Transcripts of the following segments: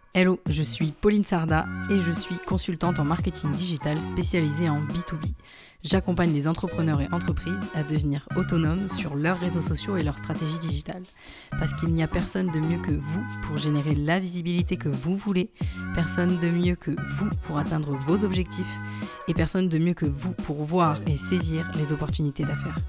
Hello, je suis Pauline Sarda et je suis consultante en marketing digital spécialisée en B2B. J'accompagne les entrepreneurs et entreprises à devenir autonomes sur leurs réseaux sociaux et leur stratégie digitale. Parce qu'il n'y a personne de mieux que vous pour générer la visibilité que vous voulez, personne de mieux que vous pour atteindre vos objectifs et personne de mieux que vous pour voir et saisir les opportunités d'affaires.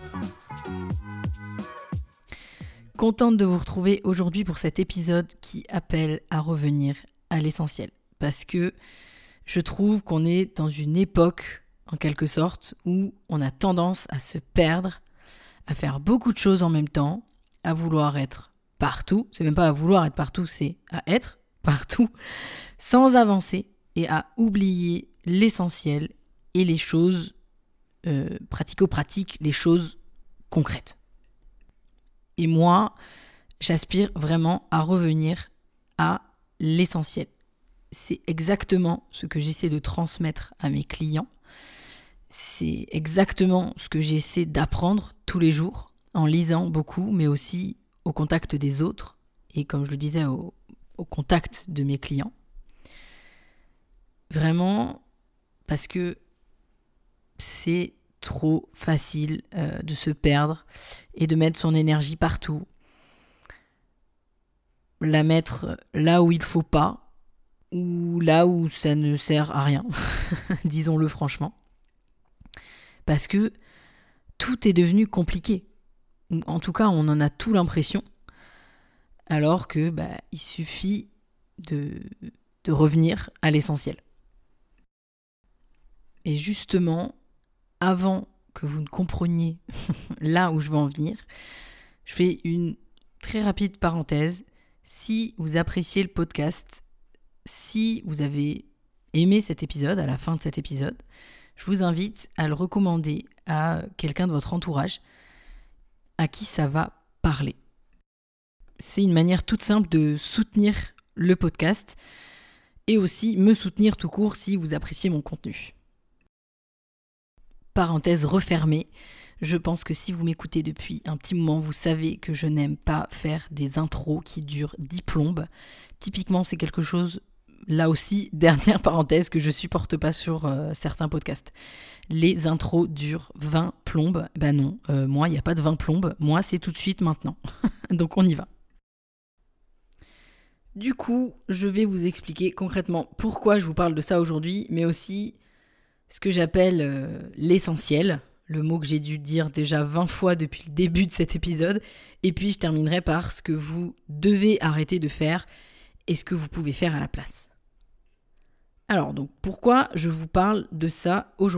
Contente de vous retrouver aujourd'hui pour cet épisode qui appelle à revenir à l'essentiel. Parce que je trouve qu'on est dans une époque, en quelque sorte, où on a tendance à se perdre, à faire beaucoup de choses en même temps, à vouloir être partout. C'est même pas à vouloir être partout, c'est à être partout, sans avancer et à oublier l'essentiel et les choses pratico-pratiques, les choses concrètes. Et moi, j'aspire vraiment à revenir à l'essentiel. C'est exactement ce que j'essaie de transmettre à mes clients. C'est exactement ce que j'essaie d'apprendre tous les jours, en lisant beaucoup, mais aussi au contact des autres, et comme je le disais, au contact de mes clients. Vraiment, parce que c'est trop facile de se perdre et de mettre son énergie partout. La mettre là où il faut pas ou là où ça ne sert à rien, disons-le franchement. Parce que tout est devenu compliqué. En tout cas, on en a tout l'impression. Alors que il suffit de revenir à l'essentiel. Et justement, avant que vous ne compreniez là où je veux en venir, je fais une très rapide parenthèse. Si vous appréciez le podcast, si vous avez aimé cet épisode, à la fin de cet épisode, je vous invite à le recommander à quelqu'un de votre entourage à qui ça va parler. C'est une manière toute simple de soutenir le podcast et aussi me soutenir tout court si vous appréciez mon contenu. Parenthèse refermée, je pense que si vous m'écoutez depuis un petit moment, vous savez que je n'aime pas faire des intros qui durent 10 plombes. Typiquement, c'est quelque chose, là aussi, dernière parenthèse, que je supporte pas sur certains podcasts. Les intros durent 20 plombes. Non, moi, il n'y a pas de 20 plombes. Moi, c'est tout de suite maintenant. Donc, on y va. Du coup, je vais vous expliquer concrètement pourquoi je vous parle de ça aujourd'hui, mais aussi ce que j'appelle l'essentiel, le mot que j'ai dû dire déjà 20 fois depuis le début de cet épisode, et puis je terminerai par ce que vous devez arrêter de faire et ce que vous pouvez faire à la place. Alors, donc, pourquoi je vous parle de ça aujourd'hui ?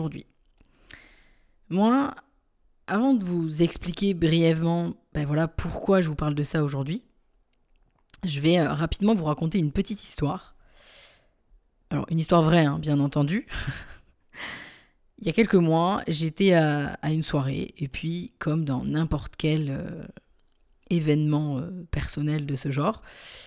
Moi, avant de vous expliquer brièvement pourquoi je vous parle de ça aujourd'hui, je vais rapidement vous raconter une petite histoire. Alors, une histoire vraie, bien entendu. Il y a quelques mois, j'étais à une soirée et puis, comme dans n'importe quel événement personnel de ce genre,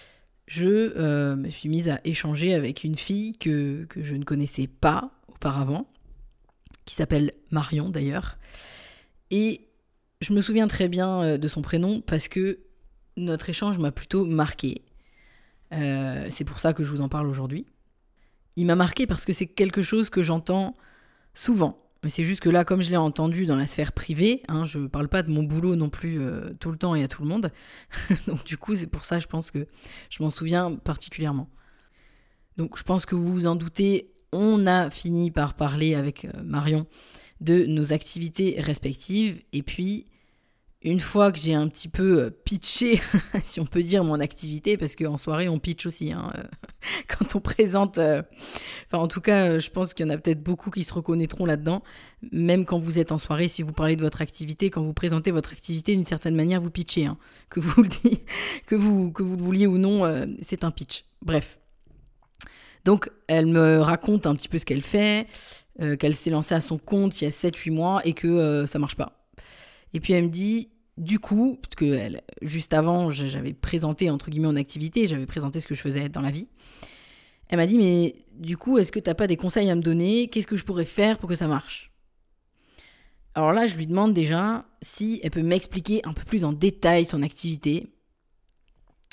je me suis mise à échanger avec une fille que je ne connaissais pas auparavant, qui s'appelle Marion d'ailleurs. Et je me souviens très bien de son prénom parce que notre échange m'a plutôt marquée. C'est pour ça que je vous en parle aujourd'hui. Il m'a marquée parce que c'est quelque chose que j'entends souvent, mais c'est juste que là, comme je l'ai entendu dans la sphère privée, je ne parle pas de mon boulot non plus tout le temps et à tout le monde, donc du coup c'est pour ça je pense que je m'en souviens particulièrement. Donc je pense que vous vous en doutez, on a fini par parler avec Marion de nos activités respectives, et puis une fois que j'ai un petit peu pitché, si on peut dire, mon activité, parce qu'en soirée, on pitch aussi, quand on présente. En tout cas, je pense qu'il y en a peut-être beaucoup qui se reconnaîtront là-dedans. Même quand vous êtes en soirée, si vous parlez de votre activité, quand vous présentez votre activité, d'une certaine manière, vous pitchez. Que vous le dites, que vous le vouliez ou non, c'est un pitch. Bref. Donc, elle me raconte un petit peu ce qu'elle fait, qu'elle s'est lancée à son compte il y a 7-8 mois et que ça marche pas. Et puis, elle me dit... Du coup, parce que juste avant, j'avais présenté, entre guillemets, mon activité, j'avais présenté ce que je faisais dans la vie. Elle m'a dit, mais du coup, est-ce que tu n'as pas des conseils à me donner ? Qu'est-ce que je pourrais faire pour que ça marche ? Alors là, je lui demande déjà si elle peut m'expliquer un peu plus en détail son activité.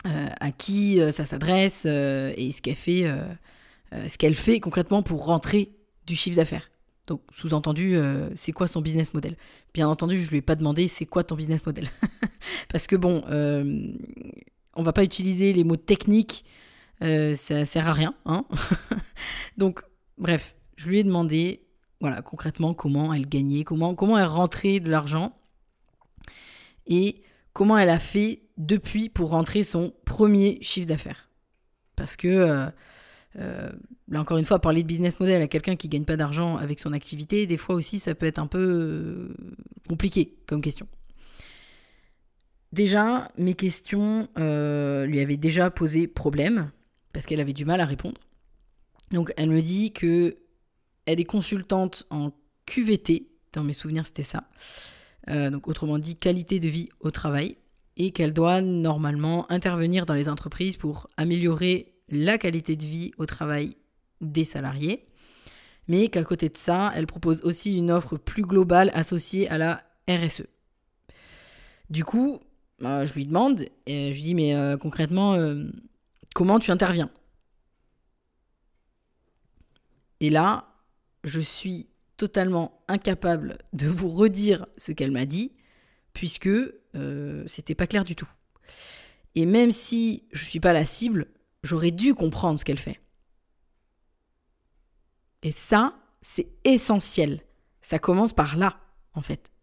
à qui ça s'adresse et ce qu'elle fait concrètement pour rentrer du chiffre d'affaires. Donc, sous-entendu, c'est quoi son business model ? Bien entendu, je ne lui ai pas demandé c'est quoi ton business model. Parce que bon, on va pas utiliser les mots techniques, ça sert à rien. Hein. Donc, bref, je lui ai demandé, voilà, concrètement, comment elle gagnait, comment elle rentrait de l'argent et comment elle a fait depuis pour rentrer son premier chiffre d'affaires. Parce que, là encore une fois, parler de business model à quelqu'un qui ne gagne pas d'argent avec son activité, des fois aussi, ça peut être un peu compliqué comme question. Déjà, mes questions lui avaient déjà posé problème, parce qu'elle avait du mal à répondre. Donc, elle me dit qu'elle est consultante en QVT, dans mes souvenirs, c'était ça. Donc, autrement dit, qualité de vie au travail, et qu'elle doit normalement intervenir dans les entreprises pour améliorer la qualité de vie au travail des salariés, mais qu'à côté de ça, elle propose aussi une offre plus globale associée à la RSE. Du coup, je lui demande, et je lui dis, mais concrètement, comment tu interviens ? Et là, je suis totalement incapable de vous redire ce qu'elle m'a dit, puisque c'était pas clair du tout. Et même si je suis pas la cible, j'aurais dû comprendre ce qu'elle fait. Et ça, c'est essentiel. Ça commence par là, en fait.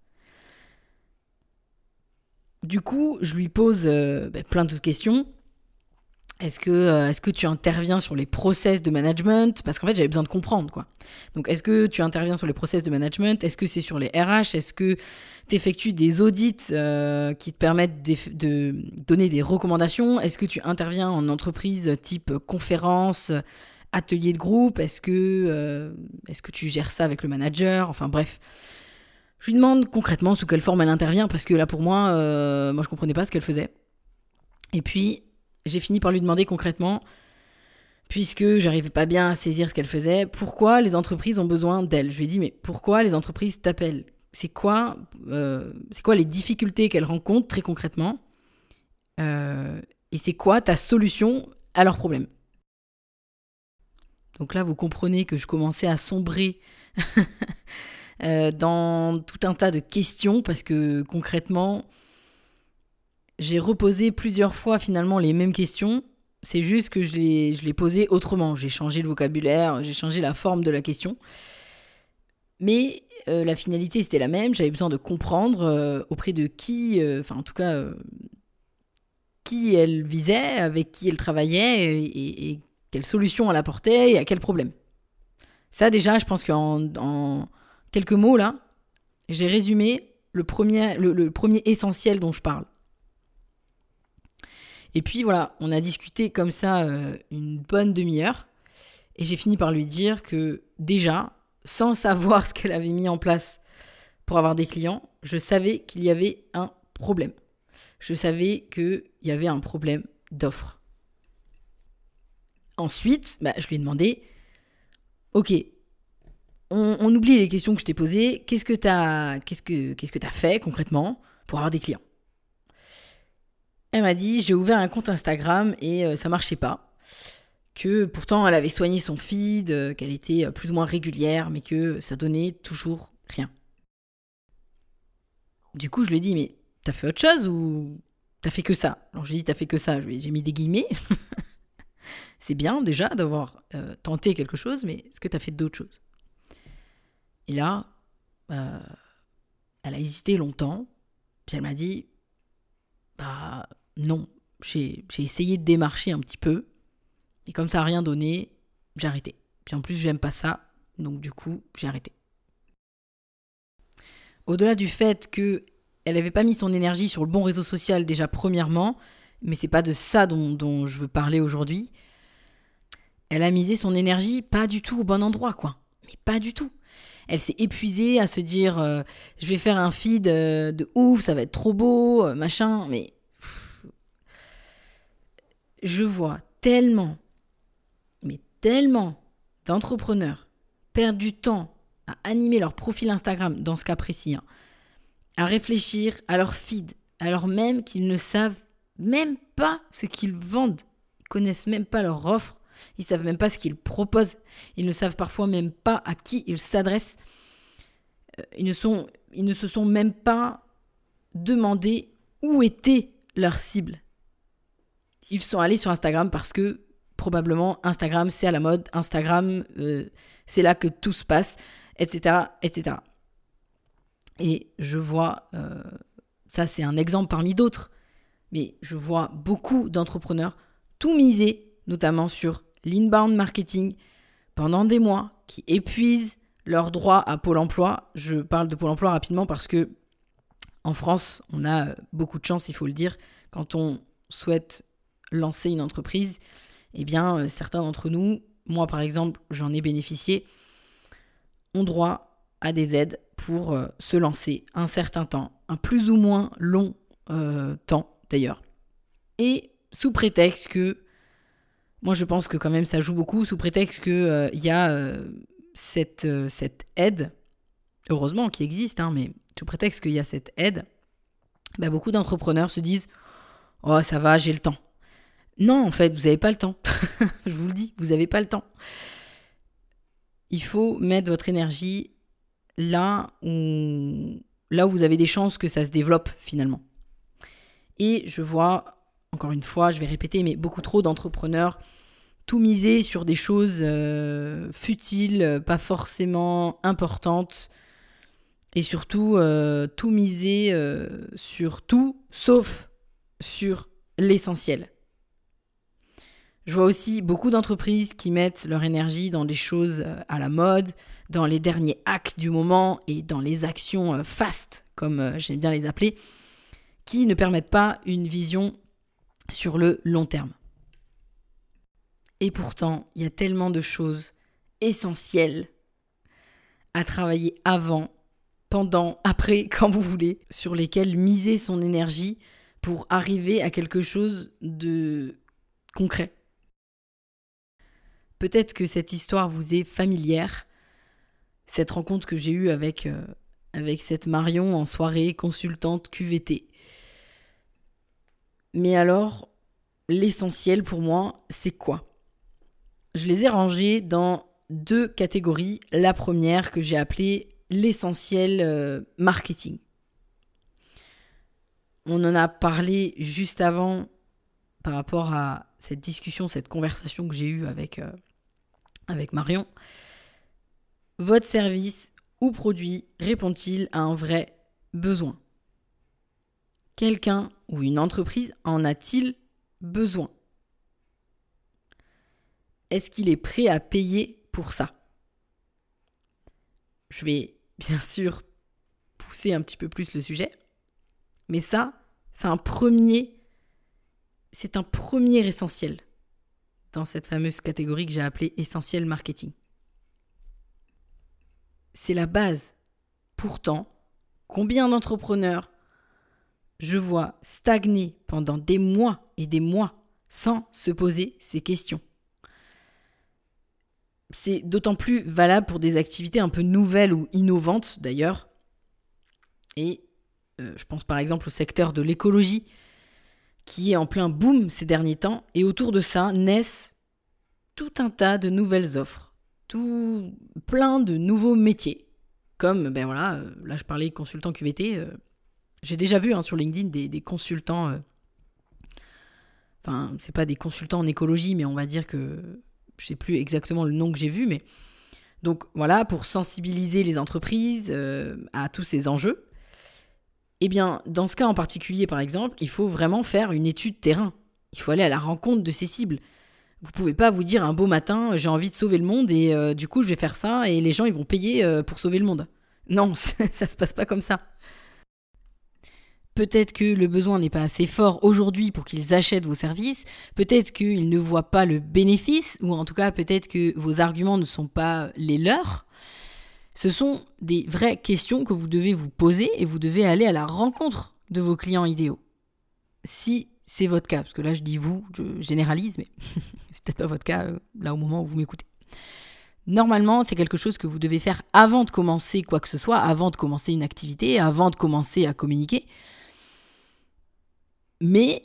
Du coup, je lui pose plein d'autres questions. Est-ce que tu interviens sur les process de management ? Parce qu'en fait, j'avais besoin de comprendre, quoi. Donc, est-ce que tu interviens sur les process de management ? Est-ce que c'est sur les RH ? Est-ce que tu effectues des audits qui te permettent de donner des recommandations ? Est-ce que tu interviens en entreprise type conférence, atelier de groupe ? Est-ce que tu gères ça avec le manager ? Enfin, bref. Je lui demande concrètement sous quelle forme elle intervient, parce que là, pour moi, je comprenais pas ce qu'elle faisait. Et puis, j'ai fini par lui demander concrètement, puisque j'arrivais pas bien à saisir ce qu'elle faisait, pourquoi les entreprises ont besoin d'elle. Je lui ai dit, mais pourquoi les entreprises t'appellent ? C'est quoi les difficultés qu'elles rencontrent très concrètement ? Et c'est quoi ta solution à leurs problèmes ? Donc là, vous comprenez que je commençais à sombrer dans tout un tas de questions, parce que concrètement, j'ai reposé plusieurs fois finalement les mêmes questions. C'est juste que je les posais autrement. J'ai changé le vocabulaire, j'ai changé la forme de la question. Mais la finalité, c'était la même. J'avais besoin de comprendre auprès de qui, qui elle visait, avec qui elle travaillait et quelle solution elle apportait et à quel problème. Ça déjà, je pense qu'en quelques mots là, j'ai résumé le premier essentiel dont je parle. Et puis voilà, on a discuté comme ça une bonne demi-heure et j'ai fini par lui dire que déjà, sans savoir ce qu'elle avait mis en place pour avoir des clients, je savais qu'il y avait un problème. Je savais qu'il y avait un problème d'offre. Ensuite, je lui ai demandé, ok, on oublie les questions que je t'ai posées, qu'est-ce que t'as fait concrètement pour avoir des clients ? Elle m'a dit, j'ai ouvert un compte Instagram et ça marchait pas. Que pourtant, elle avait soigné son feed, qu'elle était plus ou moins régulière, mais que ça donnait toujours rien. Du coup, je lui ai dit, mais t'as fait autre chose ou t'as fait que ça ? Alors, je lui ai dit, t'as fait que ça. J'ai mis des guillemets. C'est bien déjà d'avoir tenté quelque chose, mais est-ce que t'as fait d'autres choses ? Et là, elle a hésité longtemps, puis elle m'a dit, non, j'ai essayé de démarcher un petit peu, et comme ça n'a rien donné, j'ai arrêté. Puis en plus, j'aime pas ça, donc du coup, j'ai arrêté. Au-delà du fait qu'elle n'avait pas mis son énergie sur le bon réseau social déjà premièrement, mais c'est pas de ça dont je veux parler aujourd'hui, elle a misé son énergie pas du tout au bon endroit, quoi. Mais pas du tout. Elle s'est épuisée à se dire je vais faire un feed de ouf, ça va être trop beau, machin, mais je vois tellement d'entrepreneurs perdre du temps à animer leur profil Instagram, dans ce cas précis, à réfléchir à leur feed, alors même qu'ils ne savent même pas ce qu'ils vendent. Ils connaissent même pas leur offre. Ils savent même pas ce qu'ils proposent. Ils ne savent parfois même pas à qui ils s'adressent. Ils ne se sont même pas demandé où était leur cible. Ils sont allés sur Instagram parce que probablement Instagram c'est à la mode, Instagram c'est là que tout se passe, etc. etc. Et je vois, ça c'est un exemple parmi d'autres, mais je vois beaucoup d'entrepreneurs tout miser, notamment sur l'inbound marketing, pendant des mois, qui épuisent leurs droits à Pôle emploi. Je parle de Pôle emploi rapidement parce que en France, on a beaucoup de chance, il faut le dire, quand on souhaite lancer une entreprise, eh bien, certains d'entre nous, moi par exemple, j'en ai bénéficié, ont droit à des aides pour se lancer un certain temps, un plus ou moins long temps d'ailleurs. Et sous prétexte que, moi je pense que quand même ça joue beaucoup, sous prétexte qu'il y a cette aide, heureusement qui existe, mais sous prétexte qu'il y a cette aide, beaucoup d'entrepreneurs se disent « Oh ça va, j'ai le temps ». Non, en fait, vous n'avez pas le temps. Je vous le dis, vous n'avez pas le temps. Il faut mettre votre énergie là où vous avez des chances que ça se développe finalement. Et je vois, encore une fois, je vais répéter, mais beaucoup trop d'entrepreneurs tout miser sur des choses futiles, pas forcément importantes, et surtout tout miser sur tout sauf sur l'essentiel. Je vois aussi beaucoup d'entreprises qui mettent leur énergie dans des choses à la mode, dans les derniers hacks du moment et dans les actions fast, comme j'aime bien les appeler, qui ne permettent pas une vision sur le long terme. Et pourtant, il y a tellement de choses essentielles à travailler avant, pendant, après, quand vous voulez, sur lesquelles miser son énergie pour arriver à quelque chose de concret. Peut-être que cette histoire vous est familière, cette rencontre que j'ai eue avec cette Marion en soirée consultante QVT. Mais alors, l'essentiel pour moi, c'est quoi ? Je les ai rangés dans 2 catégories. La première que j'ai appelée l'essentiel marketing. On en a parlé juste avant par rapport à cette discussion, cette conversation que j'ai eue avec Marion. Votre service ou produit répond-il à un vrai besoin ? Quelqu'un ou une entreprise en a-t-il besoin ? Est-ce qu'il est prêt à payer pour ça ? Je vais bien sûr pousser un petit peu plus le sujet, mais ça, c'est un premier essentiel dans cette fameuse catégorie que j'ai appelée essentiel marketing. C'est la base. Pourtant, combien d'entrepreneurs je vois stagner pendant des mois et des mois sans se poser ces questions ? C'est d'autant plus valable pour des activités un peu nouvelles ou innovantes d'ailleurs. Et je pense par exemple au secteur de l'écologie qui est en plein boom ces derniers temps. Et autour de ça naissent tout un tas de nouvelles offres, plein de nouveaux métiers. Comme, là je parlais de consultant QVT. J'ai déjà vu sur LinkedIn des consultants, c'est pas des consultants en écologie, mais on va dire que je sais plus exactement le nom que j'ai vu, mais donc voilà, pour sensibiliser les entreprises à tous ces enjeux. Eh bien, dans ce cas en particulier, par exemple, il faut vraiment faire une étude terrain. Il faut aller à la rencontre de ces cibles. Vous pouvez pas vous dire un beau matin, j'ai envie de sauver le monde et du coup je vais faire ça et les gens ils vont payer pour sauver le monde. Non, ça se passe pas comme ça. Peut-être que le besoin n'est pas assez fort aujourd'hui pour qu'ils achètent vos services, peut-être qu'ils ne voient pas le bénéfice, ou en tout cas peut-être que vos arguments ne sont pas les leurs. Ce sont des vraies questions que vous devez vous poser et vous devez aller à la rencontre de vos clients idéaux. Si c'est votre cas, parce que là je dis vous, je généralise, mais c'est peut-être pas votre cas là au moment où vous m'écoutez. Normalement, c'est quelque chose que vous devez faire avant de commencer quoi que ce soit, avant de commencer une activité, avant de commencer à communiquer. Mais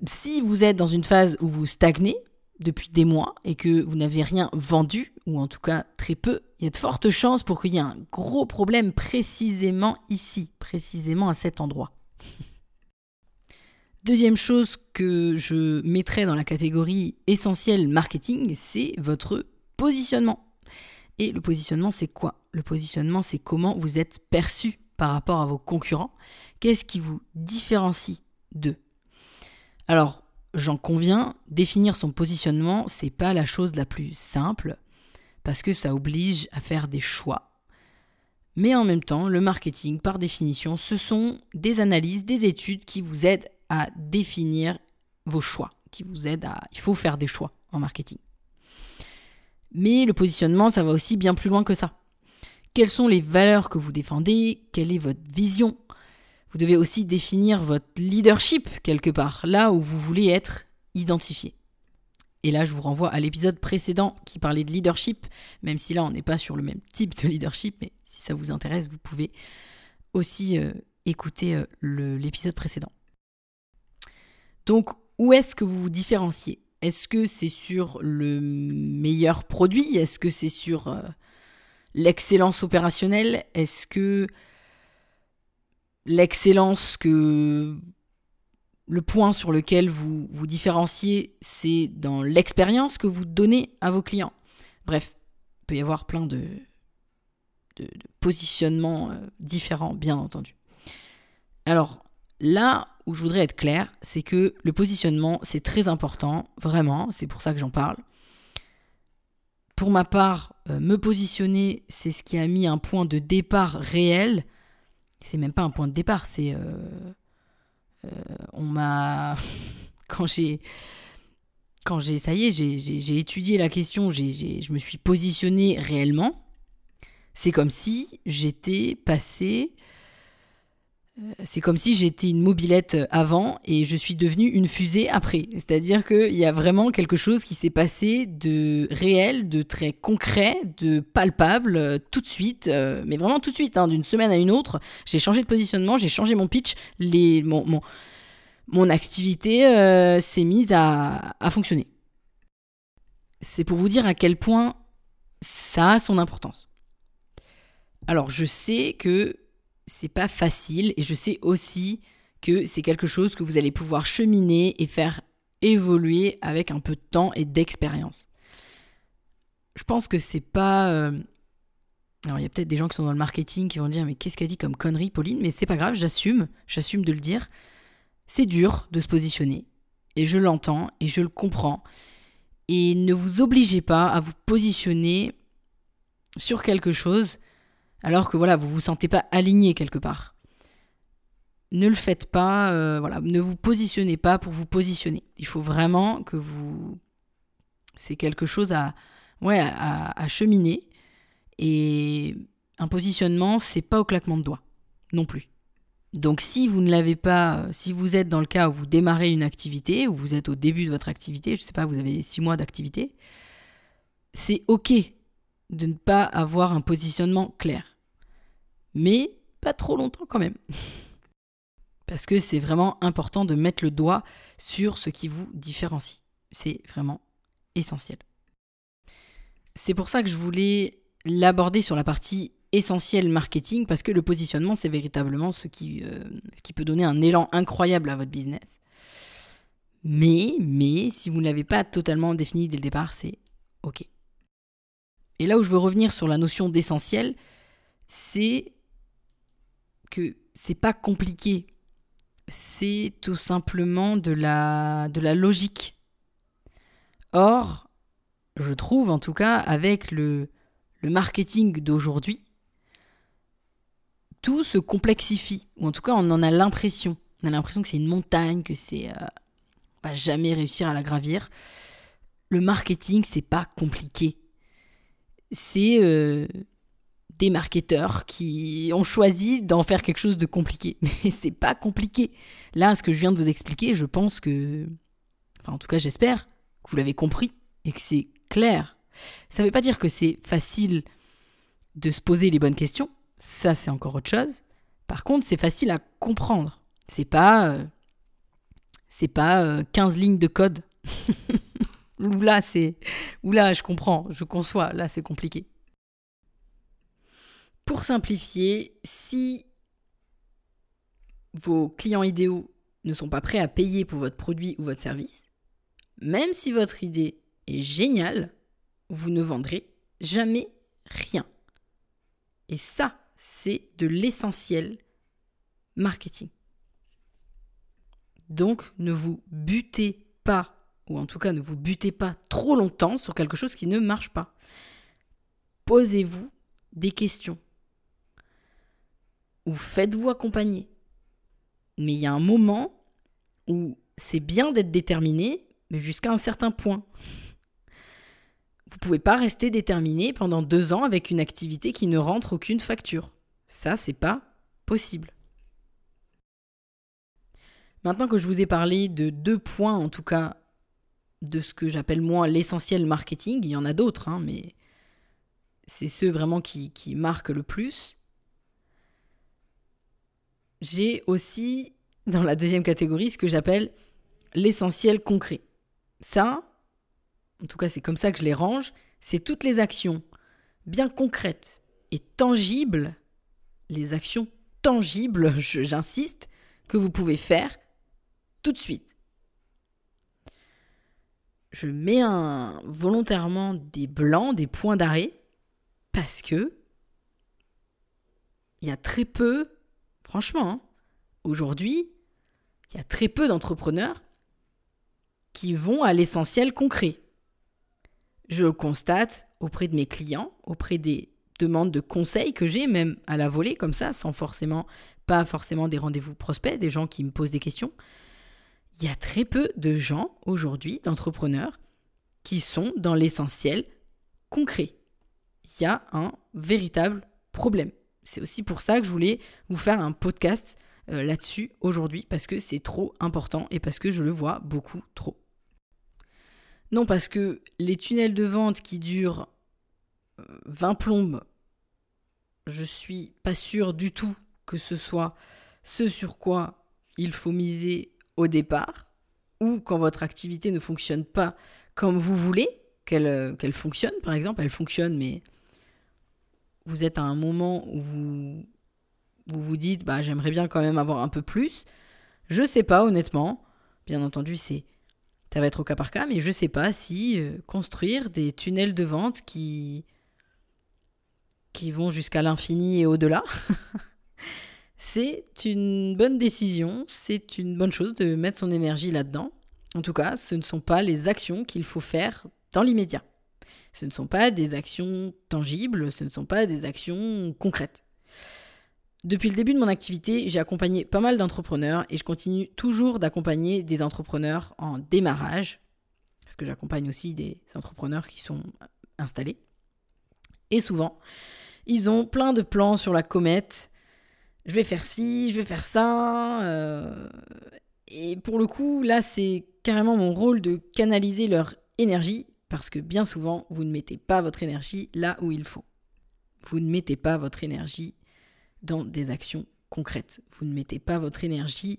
Si vous êtes dans une phase où vous stagnez depuis des mois et que vous n'avez rien vendu, ou en tout cas très peu, il y a de fortes chances pour qu'il y ait un gros problème précisément ici, précisément à cet endroit. Deuxième chose que je mettrais dans la catégorie essentiel marketing, c'est votre positionnement. Et le positionnement, c'est quoi ? Le positionnement, c'est comment vous êtes perçu par rapport à vos concurrents. Qu'est-ce qui vous différencie d'eux ? Alors, j'en conviens, définir son positionnement, c'est pas la chose la plus simple parce que ça oblige à faire des choix. Mais en même temps, le marketing, par définition, ce sont des analyses, des études qui vous aident à définir vos choix, il faut faire des choix en marketing. Mais le positionnement, ça va aussi bien plus loin que ça. Quelles sont les valeurs que vous défendez ? Quelle est votre vision ? Vous devez aussi définir votre leadership quelque part, là où vous voulez être identifié. Et là, je vous renvoie à l'épisode précédent qui parlait de leadership, même si là, on n'est pas sur le même type de leadership, mais si ça vous intéresse, vous pouvez aussi écouter l'épisode précédent. Donc, où est-ce que vous vous différenciez ? Est-ce que c'est sur le meilleur produit ? Est-ce que c'est sur l'excellence opérationnelle ? Est-ce que l'excellence, que le point sur lequel vous vous différenciez, c'est dans l'expérience que vous donnez à vos clients ? Bref, il peut y avoir plein de positionnements différents, bien entendu. Alors, là où je voudrais être clair, c'est que le positionnement, c'est très important, vraiment, c'est pour ça que j'en parle. Pour ma part, me positionner, c'est ce qui a mis un point de départ réel. C'est même pas un point de départ, c'est... on m'a... j'ai étudié la question, je me suis positionnée réellement. C'est comme si j'étais passée... C'est comme si j'étais une mobilette avant et je suis devenue une fusée après. C'est-à-dire qu'il y a vraiment quelque chose qui s'est passé de réel, de très concret, de palpable, tout de suite, mais vraiment tout de suite, d'une semaine à une autre. J'ai changé de positionnement, j'ai changé mon pitch, mon activité s'est mise à fonctionner. C'est pour vous dire à quel point ça a son importance. Alors, je sais que c'est pas facile et je sais aussi que c'est quelque chose que vous allez pouvoir cheminer et faire évoluer avec un peu de temps et d'expérience. Je pense que c'est pas... Alors, il y a peut-être des gens qui sont dans le marketing qui vont dire « Mais qu'est-ce qu'elle dit comme connerie, Pauline ?» Mais c'est pas grave, j'assume de le dire. C'est dur de se positionner et je l'entends et je le comprends. Et ne vous obligez pas à vous positionner sur quelque chose alors que voilà, vous ne vous sentez pas aligné quelque part. Ne le faites pas, ne vous positionnez pas pour vous positionner. Il faut vraiment que vous... C'est quelque chose à cheminer. Et un positionnement, c'est pas au claquement de doigts, non plus. Donc si vous ne l'avez pas, si vous êtes dans le cas où vous démarrez une activité, ou vous êtes au début de votre activité, je ne sais pas, vous avez 6 mois d'activité, c'est ok de ne pas avoir un positionnement clair. Mais pas trop longtemps quand même. Parce que c'est vraiment important de mettre le doigt sur ce qui vous différencie. C'est vraiment essentiel. C'est pour ça que je voulais l'aborder sur la partie essentielle marketing, parce que le positionnement, c'est véritablement ce qui peut donner un élan incroyable à votre business. Mais si vous ne l'avez pas totalement défini dès le départ, c'est ok. Et là où je veux revenir sur la notion d'essentiel, c'est que c'est pas compliqué. C'est tout simplement de la logique. Or, je trouve en tout cas avec le marketing d'aujourd'hui, tout se complexifie. Ou en tout cas, on en a l'impression. On a l'impression que c'est une montagne, que c'est... on va jamais réussir à la gravir. Le marketing, c'est pas compliqué. C'est... des marketeurs qui ont choisi d'en faire quelque chose de compliqué. Mais c'est pas compliqué. Là, ce que je viens de vous expliquer, je pense que... Enfin, en tout cas, j'espère que vous l'avez compris et que c'est clair. Ça ne veut pas dire que c'est facile de se poser les bonnes questions. Ça, c'est encore autre chose. Par contre, c'est facile à comprendre. C'est pas C'est pas 15 lignes de code. Là, je comprends, je conçois. Là, c'est compliqué. Pour simplifier, si vos clients idéaux ne sont pas prêts à payer pour votre produit ou votre service, même si votre idée est géniale, vous ne vendrez jamais rien. Et ça, c'est de l'essentiel marketing. Donc, ne vous butez pas, ou en tout cas ne vous butez pas trop longtemps sur quelque chose qui ne marche pas. Posez-vous des questions. Ou faites-vous accompagner. Mais il y a un moment où c'est bien d'être déterminé, mais jusqu'à un certain point. Vous ne pouvez pas rester déterminé pendant 2 ans avec une activité qui ne rentre aucune facture. Ça, c'est pas possible. Maintenant que je vous ai parlé de 2 points, en tout cas, de ce que j'appelle moi l'essentiel marketing, il y en a d'autres, mais c'est ceux vraiment qui marquent le plus. J'ai aussi, dans la deuxième catégorie, ce que j'appelle l'essentiel concret. Ça, en tout cas c'est comme ça que je les range, c'est toutes les actions bien concrètes et tangibles, les actions tangibles, j'insiste, que vous pouvez faire tout de suite. Je mets volontairement des blancs, des points d'arrêt, parce que il y a très peu, franchement, aujourd'hui, il y a très peu d'entrepreneurs qui vont à l'essentiel concret. Je le constate auprès de mes clients, auprès des demandes de conseils que j'ai, même à la volée, comme ça, pas forcément des rendez-vous prospects, des gens qui me posent des questions. Il y a très peu de gens aujourd'hui, d'entrepreneurs, qui sont dans l'essentiel concret. Il y a un véritable problème. C'est aussi pour ça que je voulais vous faire un podcast là-dessus aujourd'hui, parce que c'est trop important et parce que je le vois beaucoup trop. Non, parce que les tunnels de vente qui durent 20 plombes, je suis pas sûre du tout que ce soit ce sur quoi il faut miser au départ, ou quand votre activité ne fonctionne pas comme vous voulez qu'elle fonctionne, par exemple, elle fonctionne, mais vous êtes à un moment où vous vous dites j'aimerais bien quand même avoir un peu plus. Je sais pas, honnêtement. Bien entendu, ça va être au cas par cas, mais je sais pas si construire des tunnels de vente qui vont jusqu'à l'infini et au-delà, c'est une bonne décision, c'est une bonne chose de mettre son énergie là-dedans. En tout cas, ce ne sont pas les actions qu'il faut faire dans l'immédiat. Ce ne sont pas des actions tangibles, ce ne sont pas des actions concrètes. Depuis le début de mon activité, j'ai accompagné pas mal d'entrepreneurs et je continue toujours d'accompagner des entrepreneurs en démarrage, parce que j'accompagne aussi des entrepreneurs qui sont installés. Et souvent, ils ont plein de plans sur la comète. Je vais faire ci, je vais faire ça. Et pour le coup, là, c'est carrément mon rôle de canaliser leur énergie, parce que bien souvent, vous ne mettez pas votre énergie là où il faut. Vous ne mettez pas votre énergie dans des actions concrètes. Vous ne mettez pas votre énergie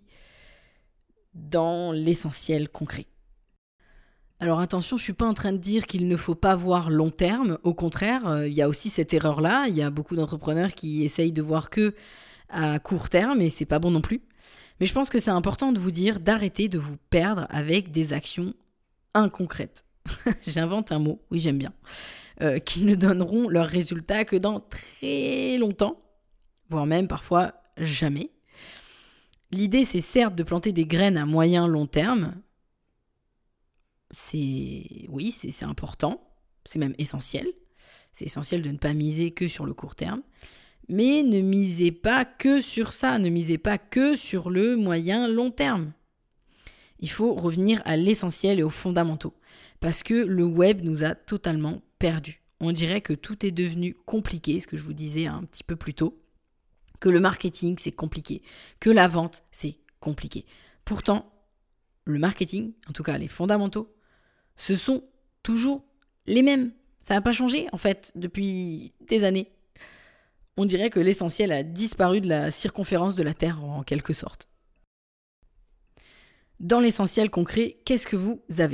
dans l'essentiel concret. Alors attention, je ne suis pas en train de dire qu'il ne faut pas voir long terme. Au contraire, il y a aussi cette erreur-là. Il y a beaucoup d'entrepreneurs qui essayent de voir que à court terme et c'est pas bon non plus. Mais je pense que c'est important de vous dire d'arrêter de vous perdre avec des actions inconcrètes. J'invente un mot, oui j'aime bien, qui ne donneront leurs résultats que dans très longtemps, voire même parfois jamais. L'idée, c'est certes de planter des graines à moyen long terme. C'est important, c'est même essentiel. C'est essentiel de ne pas miser que sur le court terme. Mais ne misez pas que sur ça, ne misez pas que sur le moyen long terme. Il faut revenir à l'essentiel et aux fondamentaux. Parce que le web nous a totalement perdus. On dirait que tout est devenu compliqué, ce que je vous disais un petit peu plus tôt. Que le marketing, c'est compliqué. Que la vente, c'est compliqué. Pourtant, le marketing, en tout cas les fondamentaux, ce sont toujours les mêmes. Ça n'a pas changé, en fait, depuis des années. On dirait que l'essentiel a disparu de la circonférence de la Terre, en quelque sorte. Dans l'essentiel concret, qu'est-ce que vous avez ?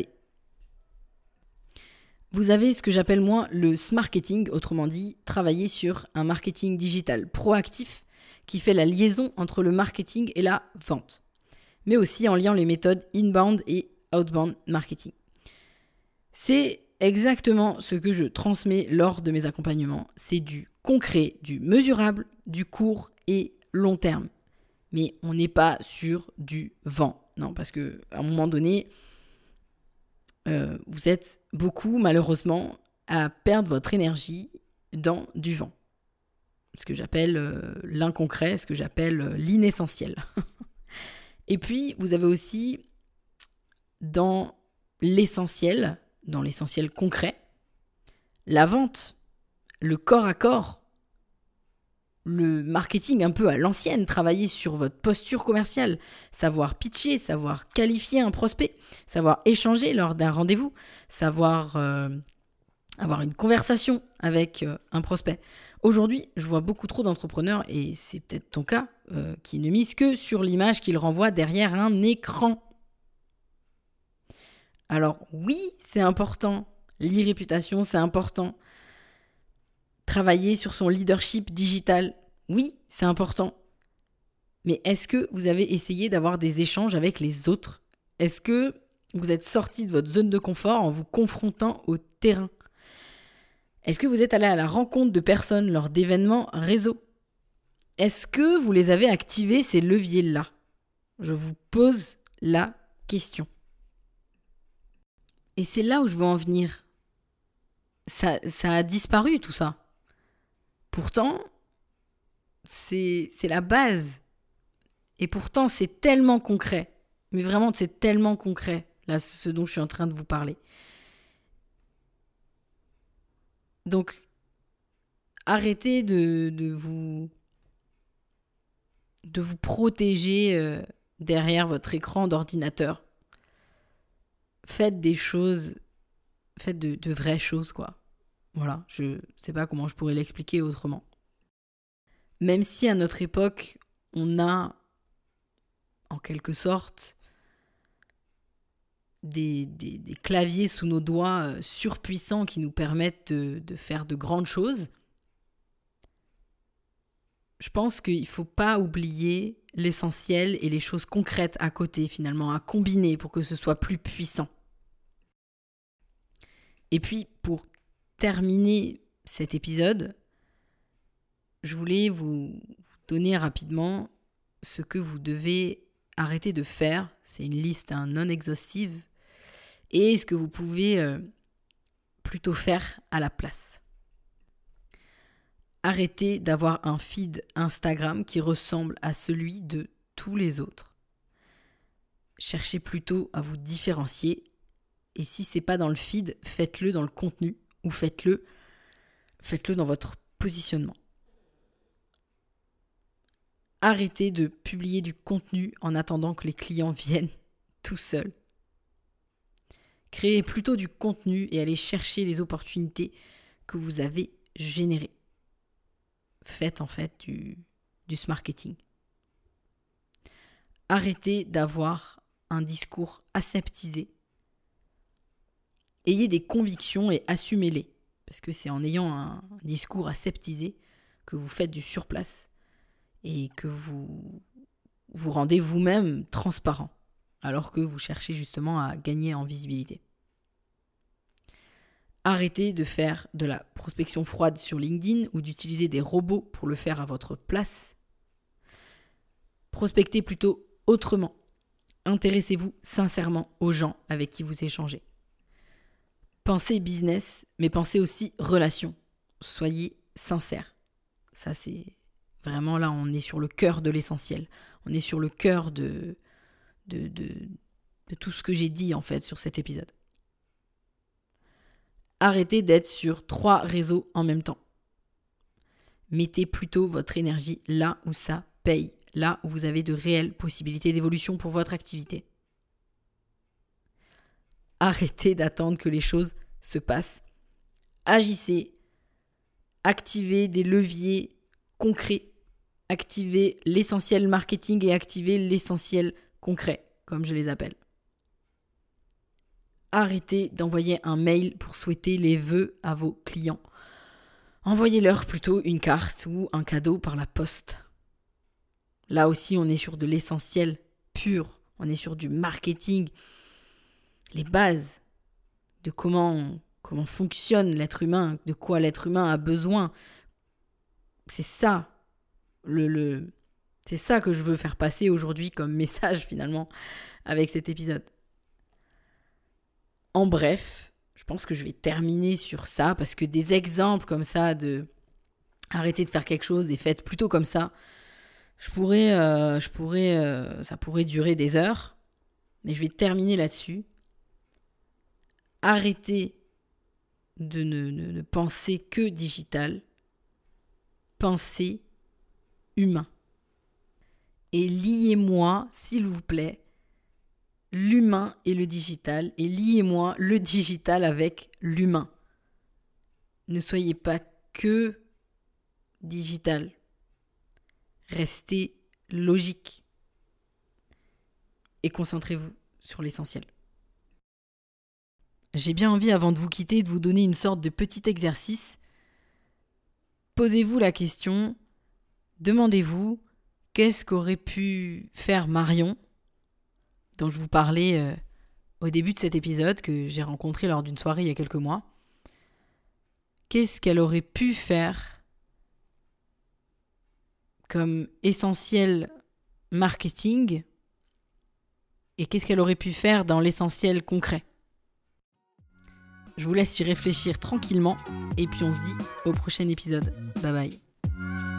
Vous avez ce que j'appelle moi le smarketing, autrement dit, travailler sur un marketing digital proactif qui fait la liaison entre le marketing et la vente, mais aussi en liant les méthodes inbound et outbound marketing. C'est exactement ce que je transmets lors de mes accompagnements. C'est du concret, du mesurable, du court et long terme. Mais on n'est pas sur du vent. Non, parce qu'à un moment donné, vous êtes beaucoup, malheureusement, à perdre votre énergie dans du vent. Ce que j'appelle l'inconcret, ce que j'appelle l'inessentiel. Et puis, vous avez aussi dans l'essentiel concret, la vente, le corps à corps, le marketing un peu à l'ancienne, travailler sur votre posture commerciale, savoir pitcher, savoir qualifier un prospect, savoir échanger lors d'un rendez-vous, savoir avoir une conversation avec un prospect. Aujourd'hui, je vois beaucoup trop d'entrepreneurs, et c'est peut-être ton cas, qui ne misent que sur l'image qu'ils renvoient derrière un écran. Alors oui, c'est important, l'e-réputation, c'est important. Travailler sur son leadership digital, oui, c'est important. Mais est-ce que vous avez essayé d'avoir des échanges avec les autres ? Est-ce que vous êtes sorti de votre zone de confort en vous confrontant au terrain ? Est-ce que vous êtes allé à la rencontre de personnes lors d'événements réseau ? Est-ce que vous les avez activés, ces leviers-là ? Je vous pose la question. Et c'est là où je veux en venir. Ça a disparu tout ça. Pourtant, c'est la base. Et pourtant, c'est tellement concret. Mais vraiment, c'est tellement concret, là, ce dont je suis en train de vous parler. Donc, arrêtez de vous protéger derrière votre écran d'ordinateur. Faites des choses, faites de vraies choses, quoi. Voilà, je sais pas comment je pourrais l'expliquer autrement. Même si à notre époque, on a, en quelque sorte, des claviers sous nos doigts surpuissants qui nous permettent de faire de grandes choses, je pense qu'il ne faut pas oublier l'essentiel et les choses concrètes à côté, finalement, à combiner pour que ce soit plus puissant. Et puis, pour terminer cet épisode, je voulais vous donner rapidement ce que vous devez arrêter de faire. C'est une liste non exhaustive. Et ce que vous pouvez plutôt faire à la place. Arrêtez d'avoir un feed Instagram qui ressemble à celui de tous les autres. Cherchez plutôt à vous différencier. Et si ce n'est pas dans le feed, faites-le dans le contenu ou faites-le dans votre positionnement. Arrêtez de publier du contenu en attendant que les clients viennent tout seuls. Créez plutôt du contenu et allez chercher les opportunités que vous avez générées. Faites en fait du marketing. Arrêtez d'avoir un discours aseptisé. Ayez des convictions et assumez-les. Parce que c'est en ayant un discours aseptisé que vous faites du surplace et que vous vous rendez vous-même transparent, alors que vous cherchez justement à gagner en visibilité. Arrêtez de faire de la prospection froide sur LinkedIn ou d'utiliser des robots pour le faire à votre place. Prospectez plutôt autrement. Intéressez-vous sincèrement aux gens avec qui vous échangez. Pensez business, mais pensez aussi relation. Soyez sincère. Ça, c'est vraiment là, on est sur le cœur de l'essentiel. On est sur le cœur de tout ce que j'ai dit en fait sur cet épisode. Arrêtez d'être sur 3 réseaux en même temps. Mettez plutôt votre énergie là où ça paye, là où vous avez de réelles possibilités d'évolution pour votre activité. Arrêtez d'attendre que les choses se passent. Agissez. Activez des leviers concrets. Activez l'essentiel marketing et activez l'essentiel concret. comme je les appelle. Arrêtez d'envoyer un mail pour souhaiter les vœux à vos clients. Envoyez-leur plutôt une carte ou un cadeau par la poste. Là aussi, on est sur de l'essentiel pur. On est sur du marketing. Les bases de comment fonctionne l'être humain, de quoi l'être humain a besoin. C'est ça, c'est ça que je veux faire passer aujourd'hui comme message finalement avec cet épisode. En bref, je pense que je vais terminer sur ça parce que des exemples comme ça de arrêter de faire quelque chose et faites plutôt comme ça, ça pourrait durer des heures, mais je vais terminer là-dessus. Arrêtez de ne penser que digital, pensez humain. Et liez-moi, s'il vous plaît, l'humain et le digital, et liez-moi le digital avec l'humain. Ne soyez pas que digital. Restez logique. Et concentrez-vous sur l'essentiel. J'ai bien envie, avant de vous quitter, de vous donner une sorte de petit exercice. Posez-vous la question, demandez-vous, qu'est-ce qu'aurait pu faire Marion, dont je vous parlais au début de cet épisode, que j'ai rencontré lors d'une soirée il y a quelques mois. Qu'est-ce qu'elle aurait pu faire comme essentiel marketing et qu'est-ce qu'elle aurait pu faire dans l'essentiel concret? Je vous laisse y réfléchir tranquillement et puis on se dit au prochain épisode. Bye bye.